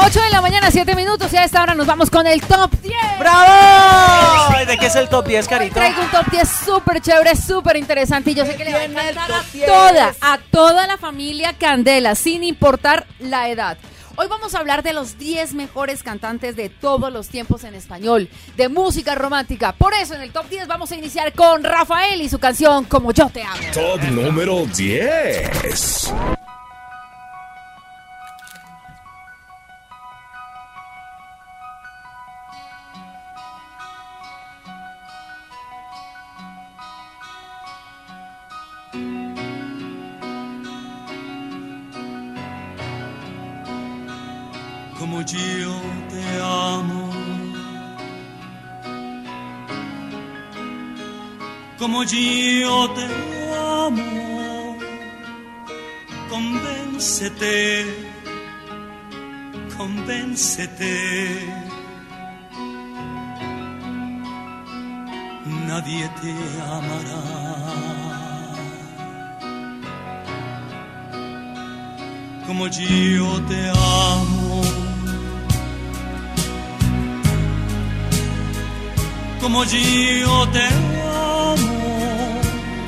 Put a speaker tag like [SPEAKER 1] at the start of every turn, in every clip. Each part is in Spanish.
[SPEAKER 1] 8 de la mañana, 7 minutos, y a esta hora nos vamos con el Top 10.
[SPEAKER 2] ¡Bravo! ¿De qué es el Top 10, Carito?
[SPEAKER 1] Traigo un Top 10 súper chévere, súper interesante, y yo sé que le va a encantar a toda la familia Candela, sin importar la edad. Hoy vamos a hablar de los 10 mejores cantantes de todos los tiempos en español, de música romántica. Por eso en el Top 10 vamos a iniciar con Rafael y su canción Como Yo Te Amo.
[SPEAKER 3] Top número 10.
[SPEAKER 4] Como yo te amo, como yo te amo, convéncete, convéncete, nadie te amará como yo te amo. Como yo te amo,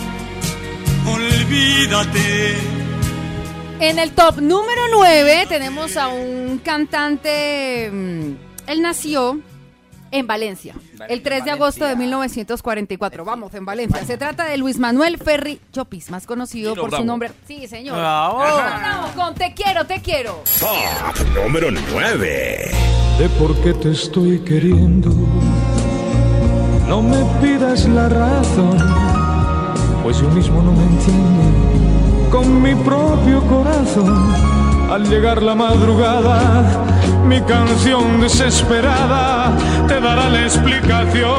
[SPEAKER 4] olvídate.
[SPEAKER 1] En el top número 9 tenemos a un cantante, él nació en Valencia, el 3 de agosto de 1944, vamos, en Valencia. Se trata de Luis Manuel Ferri Llopis, más conocido por su nombre. Sí, señor. Vamos con Te Quiero, Te Quiero.
[SPEAKER 3] Top número 9.
[SPEAKER 5] De por qué te estoy queriendo, no me pidas la razón, pues yo mismo no me entiendo con mi propio corazón. Al llegar la madrugada, mi canción desesperada te dará la explicación.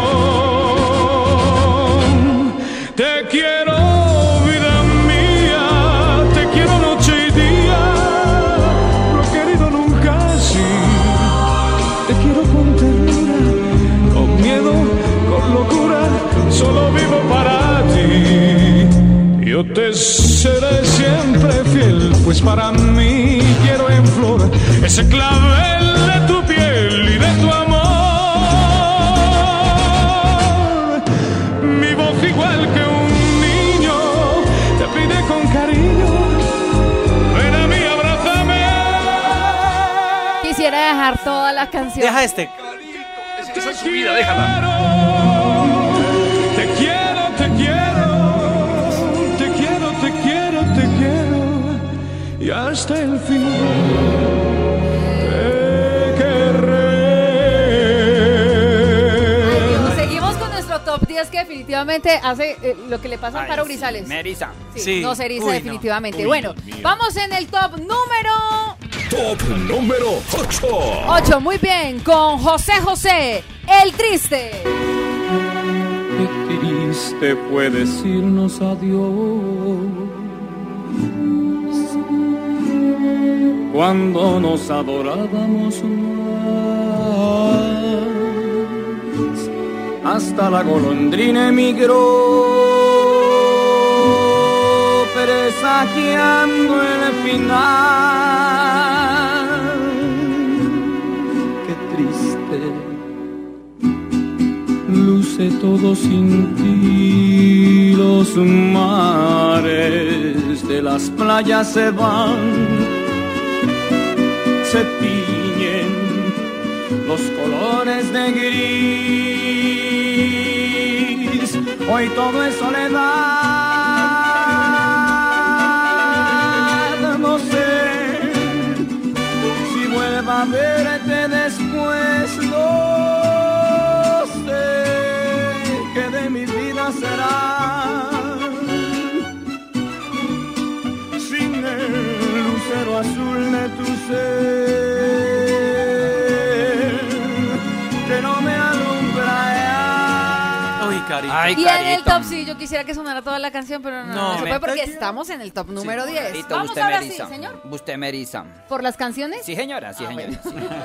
[SPEAKER 5] Te quiero, vida mía, te quiero noche y día, lo he querido nunca así. Te quiero con ternura, con miedo, con locura, solo vivo para ti. Yo te seré siempre fiel, pues para mí quiero en flor ese clavel de tu piel y de tu amor. Mi voz igual que un niño te pide con cariño, ven a mí, abrázame.
[SPEAKER 1] Quisiera dejar toda la canción.
[SPEAKER 2] Deja este.
[SPEAKER 5] Esa es su vida, déjala. Te quiero, te quiero. Y hasta el fin te querré.
[SPEAKER 1] Bueno, seguimos con nuestro top 10 que definitivamente hace lo que le pasa a Amparo Grisales.
[SPEAKER 6] Me eriza.
[SPEAKER 1] Sí, no se eriza definitivamente.
[SPEAKER 3] No.
[SPEAKER 1] Bueno, vamos en el top número...
[SPEAKER 3] Top número 8.
[SPEAKER 1] 8, muy bien, con José José, El Triste.
[SPEAKER 7] Qué triste fue decirnos adiós cuando nos adorábamos más. Hasta la golondrina emigró, presagiando el final. Qué triste luce todo sin ti, los mares de las playas se van, se tiñen los colores de gris, hoy todo es soledad, no sé si vuelva a verte después, no sé qué de mi vida será sin el lucero azul de tu ser que no me alumbra ya.
[SPEAKER 2] Uy, Carito.
[SPEAKER 6] Ay,
[SPEAKER 1] Y en el
[SPEAKER 6] Carito.
[SPEAKER 1] top, sí, yo quisiera que sonara toda la canción, pero no se puede porque estamos en el top número 10.
[SPEAKER 6] Carito,
[SPEAKER 1] Vamos
[SPEAKER 6] usted
[SPEAKER 1] ahora
[SPEAKER 6] me
[SPEAKER 1] sí,
[SPEAKER 6] eriza.
[SPEAKER 1] señor.
[SPEAKER 6] Usted me eriza.
[SPEAKER 1] ¿Por las canciones?
[SPEAKER 6] Sí, señora, sí, señora.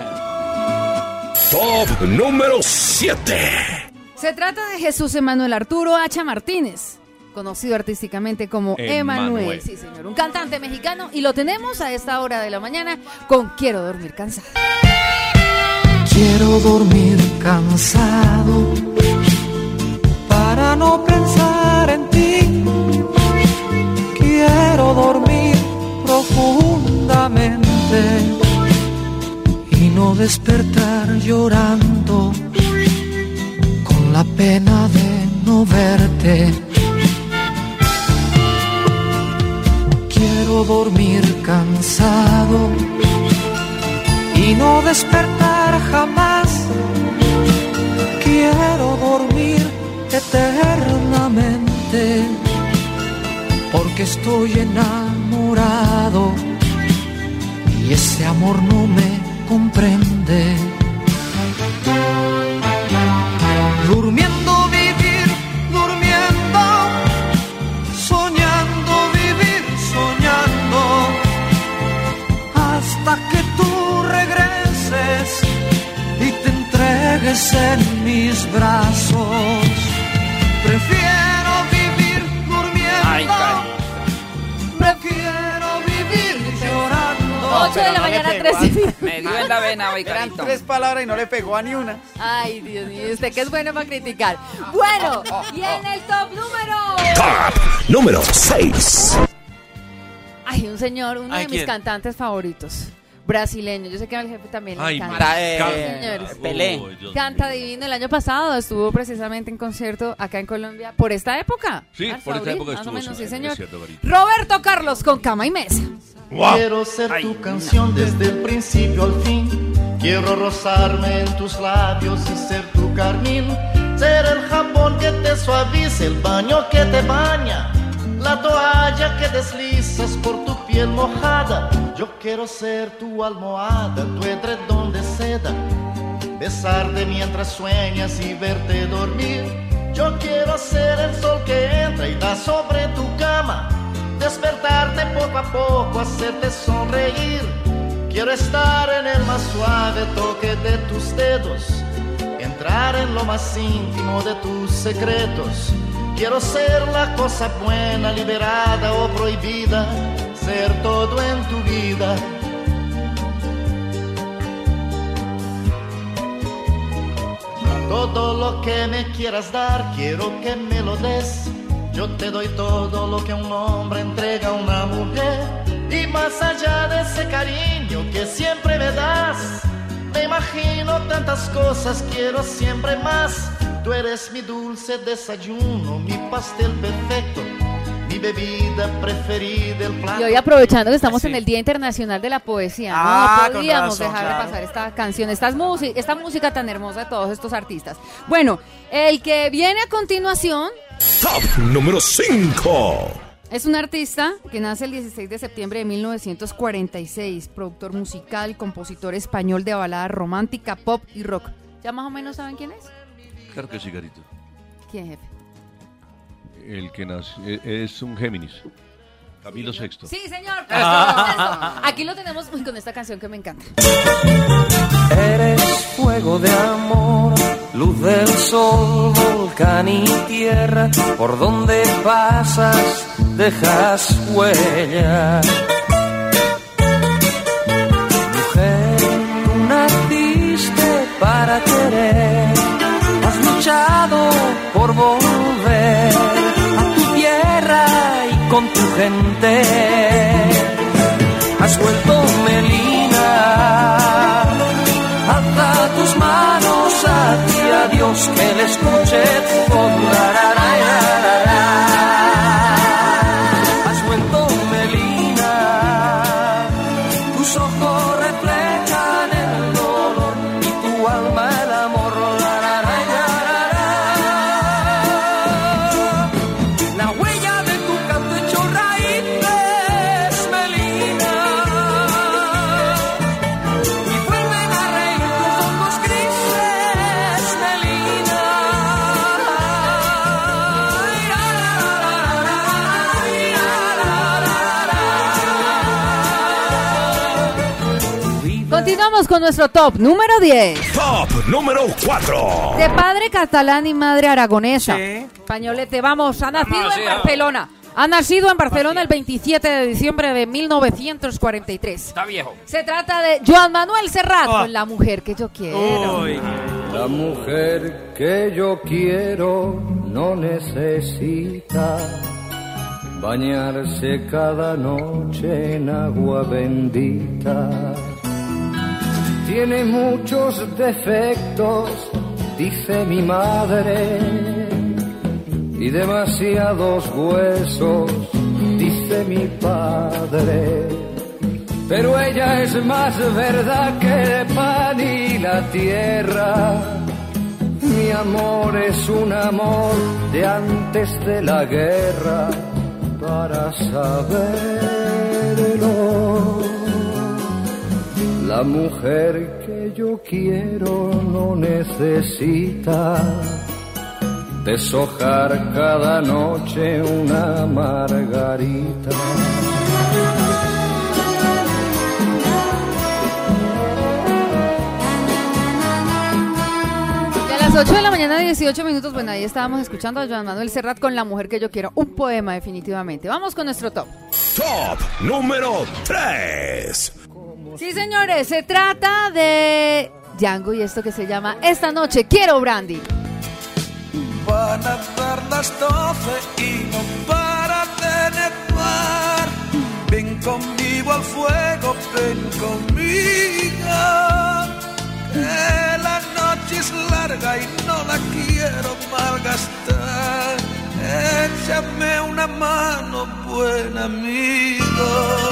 [SPEAKER 3] Top número 7.
[SPEAKER 1] Se trata de Jesús Emanuel Arturo Hacha Martínez, conocido artísticamente como Emanuel. Sí, señor, un cantante mexicano, y lo tenemos a esta hora de la mañana con Quiero Dormir Cansada.
[SPEAKER 6] Quiero dormir cansado para no pensar en ti. Quiero dormir profundamente y no despertar llorando con la pena de no verte. Quiero dormir cansado y no despertar jamás. Quiero dormir eternamente porque estoy enamorado y ese amor no me comprende. Durmiendo vivir, durmiendo, soñando vivir, soñando, hasta que tú regreses y te entregues en mis brazos. Prefiero vivir durmiendo.
[SPEAKER 8] Ay,
[SPEAKER 6] prefiero vivir llorando.
[SPEAKER 1] 8 de la mañana, 13.
[SPEAKER 8] Me dio en la vena hoy,
[SPEAKER 2] Eran
[SPEAKER 8] Carito.
[SPEAKER 2] 3 palabras y no le pegó a ni una.
[SPEAKER 1] Ay, Dios mío, usted que es bueno para criticar. Bueno, y en el top número...
[SPEAKER 3] Top número 6.
[SPEAKER 1] Ay, un señor, uno
[SPEAKER 2] Ay,
[SPEAKER 1] de mis
[SPEAKER 2] ¿quién?
[SPEAKER 1] cantantes favoritos. Brasileño, yo sé que al jefe también le
[SPEAKER 9] Ay,
[SPEAKER 1] encanta.
[SPEAKER 2] Señores.
[SPEAKER 8] Pelé.
[SPEAKER 9] Uy, Dios
[SPEAKER 1] Canta
[SPEAKER 9] mío.
[SPEAKER 1] divino. El año pasado estuvo precisamente en concierto acá en Colombia por esta época.
[SPEAKER 9] Sí,
[SPEAKER 1] Marzo,
[SPEAKER 9] por esta
[SPEAKER 1] abril,
[SPEAKER 9] época
[SPEAKER 1] más o
[SPEAKER 9] estuvo,
[SPEAKER 1] menos,
[SPEAKER 9] sí,
[SPEAKER 1] sí, señor.
[SPEAKER 9] es cierto, Carito.
[SPEAKER 1] Roberto Carlos con Cama y Mesa.
[SPEAKER 10] Quiero ser tu canción desde el principio al fin. Quiero rozarme en tus labios y ser tu carmín. Ser el jabón que te suavice, el baño que te baña, la toalla que deslizas por tu piel mojada. Yo quiero ser tu almohada, tu edredón de seda, besarte mientras sueñas y verte dormir. Yo quiero ser el sol que entra y da sobre tu cama, despertarte poco a poco, hacerte sonreír. Quiero estar en el más suave toque de tus dedos, entrar en lo más íntimo de tus secretos. Quiero ser la cosa buena, liberada o prohibida, ser todo en tu vida. Todo lo que me quieras dar, quiero que me lo des. Yo te doy todo lo que un hombre entrega a una mujer. Y más allá de ese cariño que siempre me das, me imagino tantas cosas, quiero siempre más. Tú eres mi dulce desayuno, mi pastel perfecto, mi bebida preferida, el plato.
[SPEAKER 1] Y hoy aprovechando que estamos
[SPEAKER 2] Sí.
[SPEAKER 1] en el Día Internacional de la Poesía,
[SPEAKER 2] Ah,
[SPEAKER 1] no
[SPEAKER 2] con
[SPEAKER 1] podíamos
[SPEAKER 2] razón,
[SPEAKER 1] dejar
[SPEAKER 2] claro.
[SPEAKER 1] de pasar esta canción, esta música tan hermosa de todos estos artistas. Bueno, el que viene a continuación
[SPEAKER 3] Top número 5.
[SPEAKER 1] es un artista que nace el 16 de septiembre de 1946, productor musical, compositor español de balada romántica, pop y rock. ¿Ya más o menos saben quién es?
[SPEAKER 9] Claro que sí, Carito.
[SPEAKER 1] ¿Quién, jefe?
[SPEAKER 9] El que nació es un Géminis. Camilo VI.
[SPEAKER 1] Sí, señor. por supuesto. Aquí lo tenemos con esta canción que me encanta.
[SPEAKER 6] Eres fuego de amor, luz del sol, volcán y tierra. Por donde pasas dejas huella. Mujer, tú naciste para querer. Has luchado por volver a tu tierra y con tu gente. Has vuelto Melina. Alza tus manos hacia Dios, que le escuche con la ra, ra, ra, ra, ra. Has vuelto Melina. Tus ojos reflejan el dolor y tu alma el amor. La, ra, ra, ra, ra, ra. La huella de tu canto hecho raíces, Melina. Y vuelven a reír tus ojos grises, Melina.
[SPEAKER 1] Continuamos con nuestro top número 10.
[SPEAKER 3] Top número 4.
[SPEAKER 1] De padre catalán y madre aragonesa.
[SPEAKER 2] Sí.
[SPEAKER 1] Españolete, vamos, ha nacido
[SPEAKER 8] Vamos,
[SPEAKER 1] en
[SPEAKER 8] sí,
[SPEAKER 1] Barcelona. Ha nacido en Barcelona el 27 de diciembre de 1943.
[SPEAKER 8] Está viejo.
[SPEAKER 1] Se trata de Joan Manuel Serrat con La mujer que yo quiero.
[SPEAKER 8] Uy.
[SPEAKER 11] La mujer que yo quiero no necesita bañarse cada noche en agua bendita. Tiene muchos defectos, dice mi madre, y demasiados huesos, dice mi padre. Pero ella es más verdad que el pan y la tierra. Mi amor es un amor de antes de la guerra, para saberlo. La mujer que yo quiero no necesita deshojar cada noche una margarita.
[SPEAKER 1] Y a las 8 de la mañana, 18 minutos, bueno, ahí estábamos escuchando a Joan Manuel Serrat con La mujer que yo quiero. Un poema, definitivamente. Vamos con nuestro top.
[SPEAKER 3] Top número 3.
[SPEAKER 1] Sí, señores, se trata de Django y esto que se llama Esta noche quiero brandy.
[SPEAKER 6] Van a dar las 12 y no para de nevar. Ven conmigo al fuego, ven conmigo. Que la noche es larga y no la quiero malgastar. Échame una mano, buen amigo.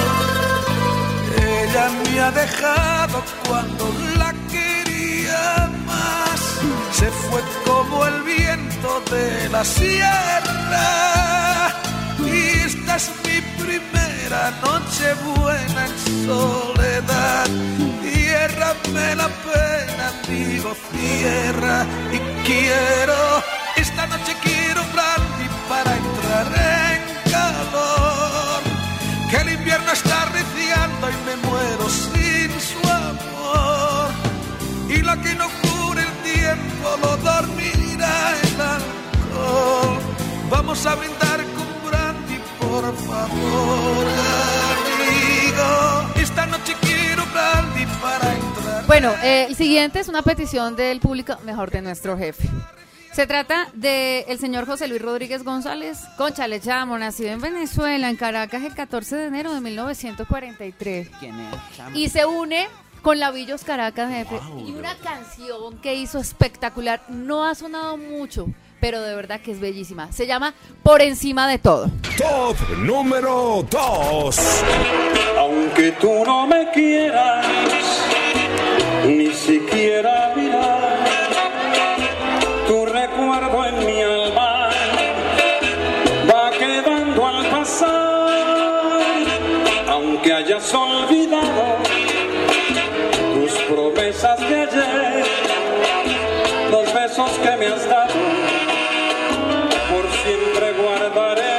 [SPEAKER 6] Ella me ha dejado cuando la quería más. Se fue como el viento de la sierra. Y esta es mi primera noche buena en soledad. Ciérrame la pena, amigo, cierra. Y esta noche quiero brandy para entrar en calor. Que el invierno está arreciando y me muero sin su amor. Y lo que no cure el tiempo lo dormirá el alcohol. Vamos a brindar con brandy, por favor, amigo. Esta noche quiero brandy para entrar.
[SPEAKER 1] Bueno, el siguiente es una petición del público, mejor de nuestro jefe. Se trata del señor José Luis Rodríguez González, Cónchale Chamo, nacido en Venezuela, en Caracas, el 14 de enero de 1943.
[SPEAKER 2] ¿Quién es? Chamo?
[SPEAKER 1] Y se une con la Villos Caracas, jefe. Y una canción que hizo espectacular, no ha sonado mucho, pero de verdad que es bellísima. Se llama Por encima de todo.
[SPEAKER 3] Top número 2.
[SPEAKER 12] Aunque tú no me quieras, ni siquiera mirar, tu recuerdo en mi alma va quedando al pasar. Aunque hayas olvidado tus promesas de ayer, los besos que me has dado, por siempre guardaré.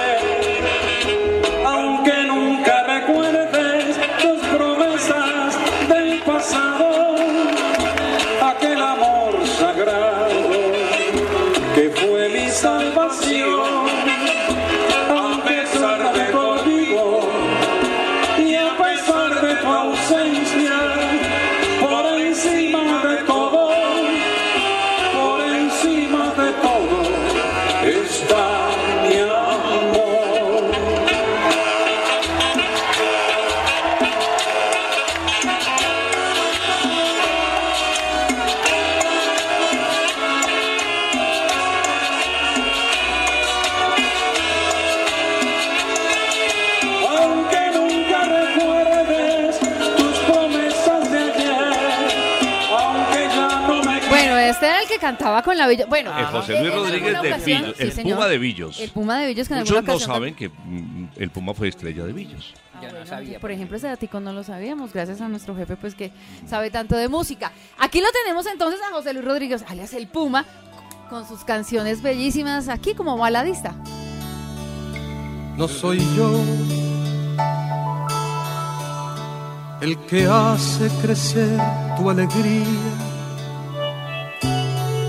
[SPEAKER 12] Aunque nunca recuerdes tus promesas del pasado, aquel amor sagrado que fue mi salvación. A pesar de contigo y a pesar de tu ausencia, por encima de todo, por encima de todo está mi amor.
[SPEAKER 1] Este era el que cantaba con la Villa. Bueno,
[SPEAKER 9] José Luis Rodríguez de Villos, el Puma de Villos.
[SPEAKER 1] El Puma de Villos que en alguna
[SPEAKER 9] Muchos no
[SPEAKER 1] ocasión
[SPEAKER 9] saben que el Puma fue estrella de Villos.
[SPEAKER 2] Yo no sabía.
[SPEAKER 1] Por ejemplo, ese datico no lo sabíamos, gracias a nuestro jefe, pues que sabe tanto de música. Aquí lo tenemos entonces a José Luis Rodríguez, alias el Puma, con sus canciones bellísimas, aquí como baladista.
[SPEAKER 13] No soy yo el que hace crecer tu alegría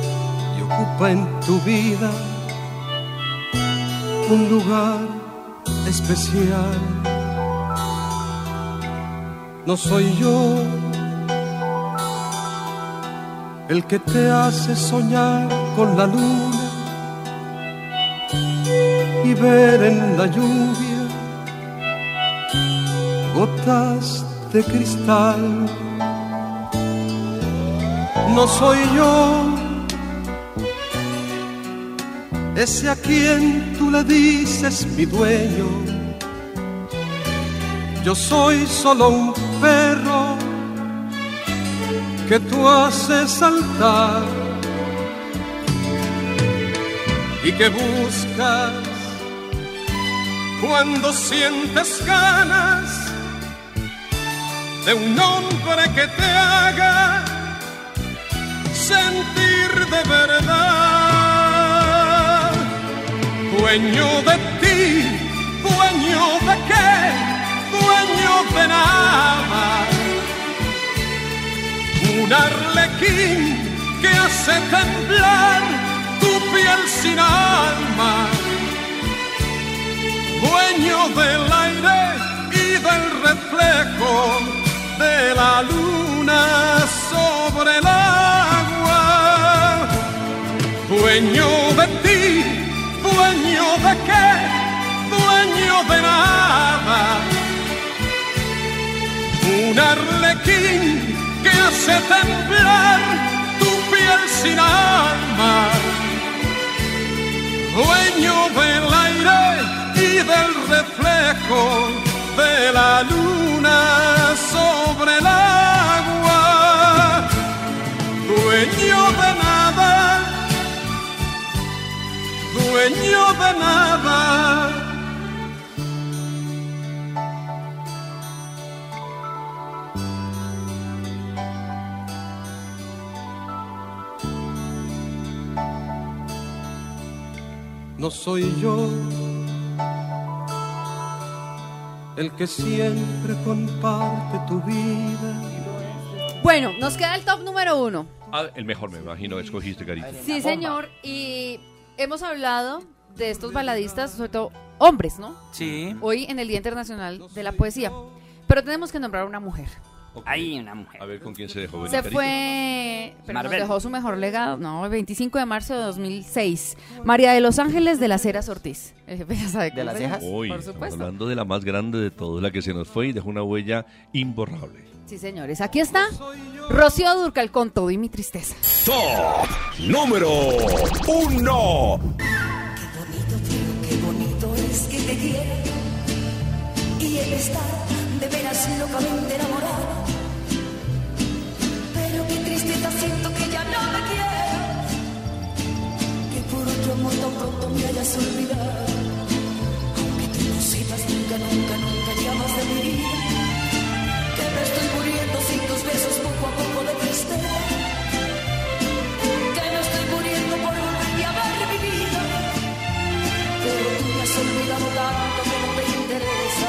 [SPEAKER 13] y ocupa en tu vida un lugar especial. No soy yo el que te hace soñar con la luna y ver en la lluvia gotas de cristal. No soy yo ese a quien tú le dices mi dueño. Yo soy solo un perro que tú haces saltar y que buscas cuando sientes ganas de un hombre que te haga sentir de verdad. Dueño de ti, dueño de qué, dueño de nada. Un arlequín que hace temblar tu piel sin alma. Dueño del aire y del reflejo de la luna sobre el agua. Dueño de ti, dueño de qué, dueño de nada. Un arlequín que hace temblar tu piel sin alma. Dueño del aire y del reflejo de la luna sobre el agua. Dueño de nada, dueño de nada. No soy yo el que siempre comparte tu vida.
[SPEAKER 1] Bueno, nos queda el top número 1.
[SPEAKER 9] Ah, el mejor, me imagino, escogiste, Carito.
[SPEAKER 1] Sí, señor, y hemos hablado de estos baladistas, sobre todo hombres, ¿no?
[SPEAKER 8] Sí.
[SPEAKER 1] Hoy en el Día Internacional de la Poesía. Pero tenemos que nombrar a una mujer.
[SPEAKER 9] Okay.
[SPEAKER 8] Hay una mujer.
[SPEAKER 9] A ver con quién se dejó.
[SPEAKER 1] Se fue, pero nos dejó su mejor legado, no, el 25 de marzo de 2006. María de los Ángeles de las Heras Ortiz. Ya sabe
[SPEAKER 8] ¿De las cejas?
[SPEAKER 9] Hoy,
[SPEAKER 1] por supuesto.
[SPEAKER 9] Hablando de la más grande de todos, la que se nos fue y dejó una huella imborrable.
[SPEAKER 1] Sí, señores, aquí está Rocío Dúrcal con Todo y mi tristeza.
[SPEAKER 3] Top número 1.
[SPEAKER 14] Qué bonito es que te quiera y él está de veras locamente enamorado. Pero qué tristeza siento que ya no me quieras, que por otro amor tan pronto me hayas olvidado. Aunque tú no sepas nunca, nunca, nunca llamas de mi vida, que me estoy muriendo sin tus besos poco a poco de tristeza, que me estoy muriendo por volverte a ver mi vida, pero tú me has olvidado tanto que no te interesa.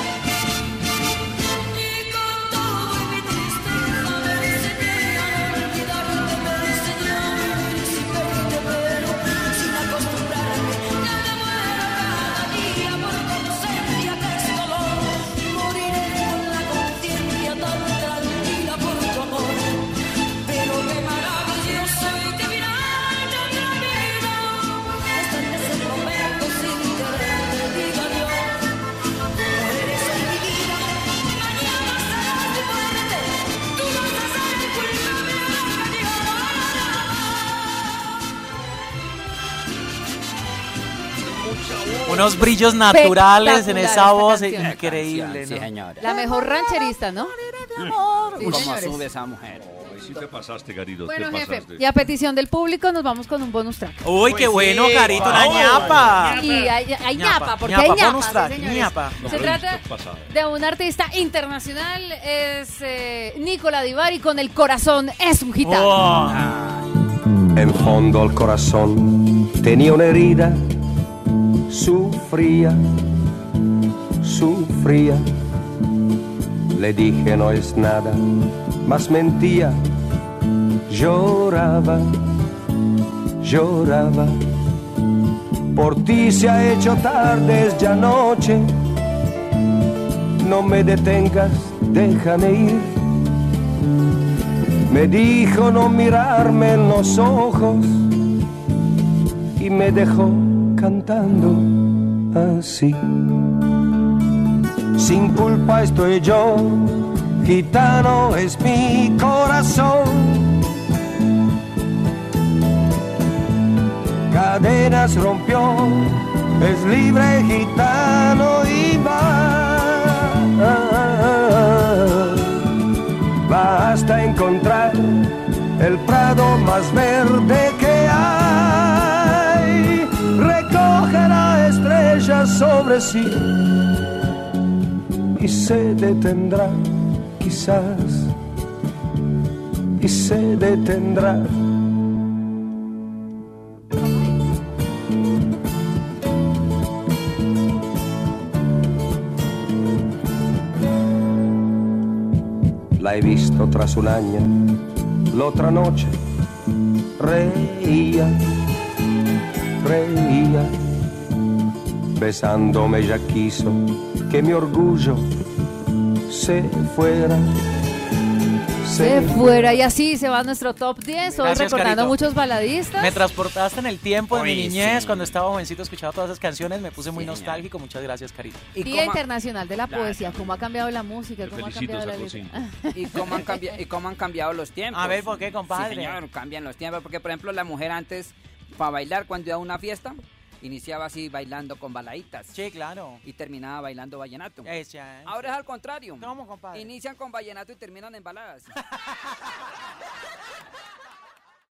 [SPEAKER 8] Unos brillos naturales en esa voz,
[SPEAKER 1] canción.
[SPEAKER 8] increíble,
[SPEAKER 15] Sí,
[SPEAKER 8] ¿no?
[SPEAKER 15] señora.
[SPEAKER 1] La mejor rancherista, ¿no? Sí,
[SPEAKER 15] ¿Cómo
[SPEAKER 1] señores.
[SPEAKER 15] sube esa mujer?
[SPEAKER 9] Ahí sí te pasaste, Carito,
[SPEAKER 1] Bueno,
[SPEAKER 9] te
[SPEAKER 1] jefe,
[SPEAKER 9] pasaste.
[SPEAKER 1] y a petición del público nos vamos con un bonus track.
[SPEAKER 8] Uy, qué bueno,
[SPEAKER 15] sí,
[SPEAKER 8] Carito, una
[SPEAKER 15] wow.
[SPEAKER 8] ñapa.
[SPEAKER 1] Y hay ñapa, porque
[SPEAKER 8] ñapa,
[SPEAKER 1] hay ñapa,
[SPEAKER 8] bonus
[SPEAKER 1] sí,
[SPEAKER 8] track,
[SPEAKER 1] señores.
[SPEAKER 8] ñapa.
[SPEAKER 1] Se trata de un artista internacional, es Nicola Di Bari con El corazón es un gitano.
[SPEAKER 11] En fondo al corazón tenía una herida, sufría, sufría. Le dije no es nada, mas mentía, lloraba, lloraba. Por ti se ha hecho tarde, es ya noche. No me detengas, déjame ir. Me dijo no mirarme en los ojos y me dejó cantando así. Sin culpa estoy yo, gitano es mi corazón. Cadenas rompió, es libre gitano y va hasta encontrar el prado más verde que hay. Recogerá estrellas sobre sí y se detendrá, quizás, y se detendrá. La he visto tras un año, la otra noche reía, reía, besándome ella quiso que mi orgullo se fuera.
[SPEAKER 1] Se fuera, y así se va nuestro top 10. Hoy
[SPEAKER 8] Gracias,
[SPEAKER 1] recordando
[SPEAKER 8] Carito.
[SPEAKER 1] muchos baladistas.
[SPEAKER 8] Me transportaste en el tiempo de mi
[SPEAKER 15] Uy,
[SPEAKER 8] niñez,
[SPEAKER 15] sí.
[SPEAKER 8] cuando estaba jovencito, escuchaba todas esas canciones, me puse muy
[SPEAKER 15] Sí,
[SPEAKER 8] nostálgico. Muchas gracias, Carito.
[SPEAKER 1] Día Internacional de la Poesía. ¿Cómo ha cambiado la música? ¿Cómo ha
[SPEAKER 9] felicito,
[SPEAKER 1] cambiado la
[SPEAKER 9] Saco
[SPEAKER 1] letra?
[SPEAKER 15] ¿Y cómo han cambiado los tiempos?
[SPEAKER 8] A ver, ¿por qué, compadre?
[SPEAKER 15] Sí, señor, cambian los tiempos. Porque, por ejemplo, la mujer antes, para bailar, cuando iba a una fiesta, iniciaba así bailando con baladitas.
[SPEAKER 8] Sí, claro.
[SPEAKER 15] Y terminaba bailando vallenato. Ahora es al contrario.
[SPEAKER 8] ¿Cómo, compadre?
[SPEAKER 15] Inician con vallenato y terminan en baladas.